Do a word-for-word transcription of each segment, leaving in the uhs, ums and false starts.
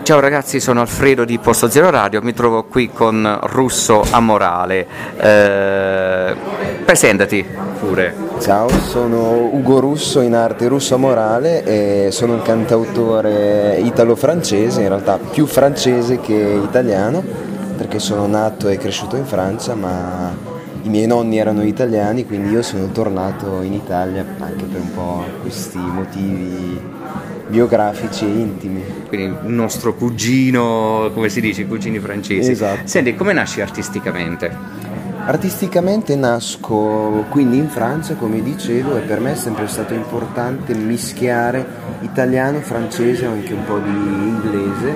Ciao ragazzi, sono Alfredo di Posto Zero Radio, mi trovo qui con Russo Amorale. Eh, presentati pure. Ciao, sono Ugo Russo, in arte Russo Amorale, e sono un cantautore italo-francese, in realtà più francese che italiano, perché sono nato e cresciuto in Francia, ma i miei nonni erano italiani, quindi io sono tornato in Italia anche per un po' questi motivi biografici e intimi. Quindi un nostro cugino, come si dice, cugini francesi. Esatto. Senti, come nasci artisticamente? Artisticamente nasco quindi in Francia, come dicevo, e per me è sempre stato importante mischiare italiano, francese e anche un po' di inglese,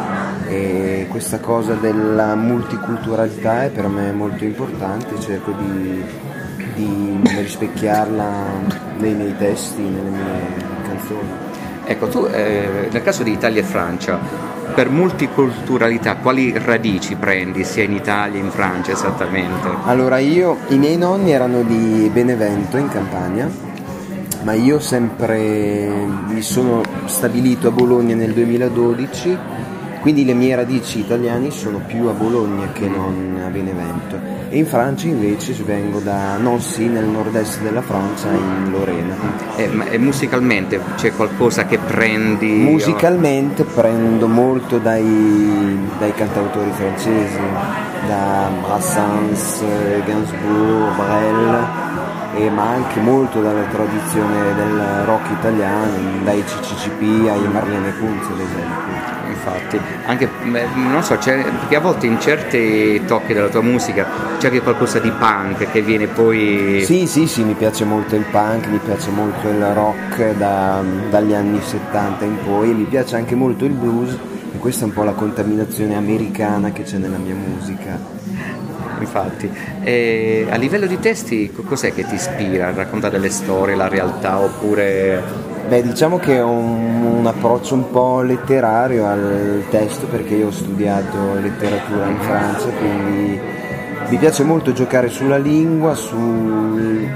e questa cosa della multiculturalità è per me molto importante, cerco di, di rispecchiarla nei miei testi, nelle mie canzoni. Ecco, tu eh, nel caso di Italia e Francia, per multiculturalità, quali radici prendi sia in Italia che in Francia esattamente? Allora, io, i miei nonni erano di Benevento in Campania, ma io sempre mi sono stabilito a Bologna nel duemiladodici, quindi le mie radici italiane sono più a Bologna che non a Benevento. E in Francia invece vengo da Nancy, nel nord-est della Francia, in Lorena. E, e musicalmente c'è qualcosa che prendi? Musicalmente prendo molto dai, dai cantautori francesi, da Brassens, Gainsbourg, Brel, e, ma anche molto dalla tradizione del rock italiano, dai C C C P ai Marlene Kunz ad esempio. Infatti, anche, non so, c'è, perché a volte in certi tocchi della tua musica c'è anche qualcosa di punk che viene poi... Sì, sì, sì, mi piace molto il punk, mi piace molto il rock da, dagli anni settanta in poi, e mi piace anche molto il blues, e questa è un po' la contaminazione americana che c'è nella mia musica. Infatti, e a livello di testi cos'è che ti ispira? Raccontare le storie, la realtà, oppure... Beh, diciamo che ho un, un approccio un po' letterario al testo, perché io ho studiato letteratura in Francia, quindi mi piace molto giocare sulla lingua, sul,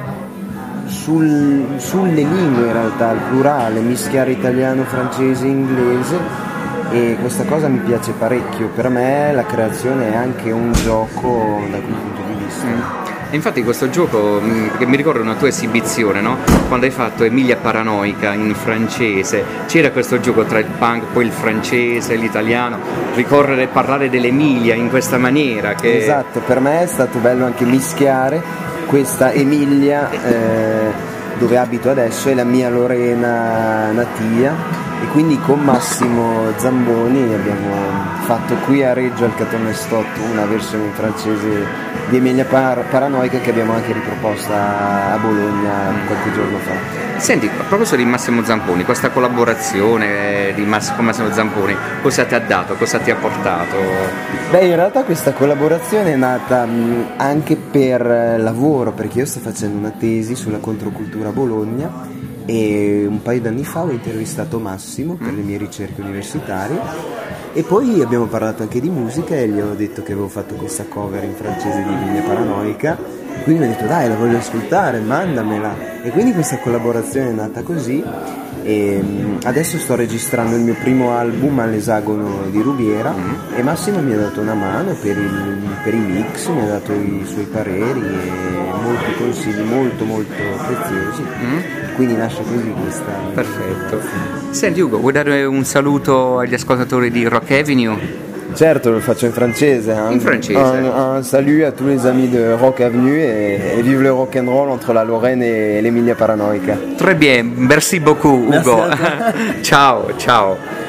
sul, sulle lingue in realtà, al plurale, mischiare italiano, francese e inglese, e questa cosa mi piace parecchio. Per me la creazione è anche un gioco da quel punto di vista. Infatti questo gioco, che mi ricorda una tua esibizione, no? Quando hai fatto Emilia Paranoica in francese, c'era questo gioco tra il punk, poi il francese, l'italiano, ricorrere e parlare dell'Emilia in questa maniera che... Esatto, per me è stato bello anche mischiare questa Emilia eh, dove abito adesso e la mia Lorena natia, e quindi con Massimo Zamboni abbiamo fatto qui a Reggio al Catone Stott una versione in francese di Emilia Par- Paranoica, che abbiamo anche riproposta a Bologna qualche giorno fa. Senti, a proposito di Massimo Zamponi, questa collaborazione di Mass- con Massimo Zamponi, cosa ti ha dato, cosa ti ha portato? Beh, in realtà questa collaborazione è nata mh, anche per lavoro, perché io sto facendo una tesi sulla controcultura a Bologna, e un paio d'anni fa ho intervistato Massimo per le mie ricerche universitarie, e poi abbiamo parlato anche di musica e gli ho detto che avevo fatto questa cover in francese di Emilia Paranoica, quindi mi ha detto dai, la voglio ascoltare, mandamela, e quindi questa collaborazione è nata così. E adesso sto registrando il mio primo album all'Esagono di Rubiera, mm. e Massimo mi ha dato una mano per, il, per i mix, mi ha dato i suoi pareri e molti consigli molto molto preziosi, mm. quindi nasce così questa... Perfetto. Senti Ugo, vuoi dare un saluto agli ascoltatori di Rock Avenue? Certo, lo faccio in francese. Hein. In francese. Un, un salut à tous les amis de Rock Avenue, et, et vive le rock and roll entre la Lorraine et l'Emilia Paranoica. Très bien, merci beaucoup Ugo. Merci ciao, ciao.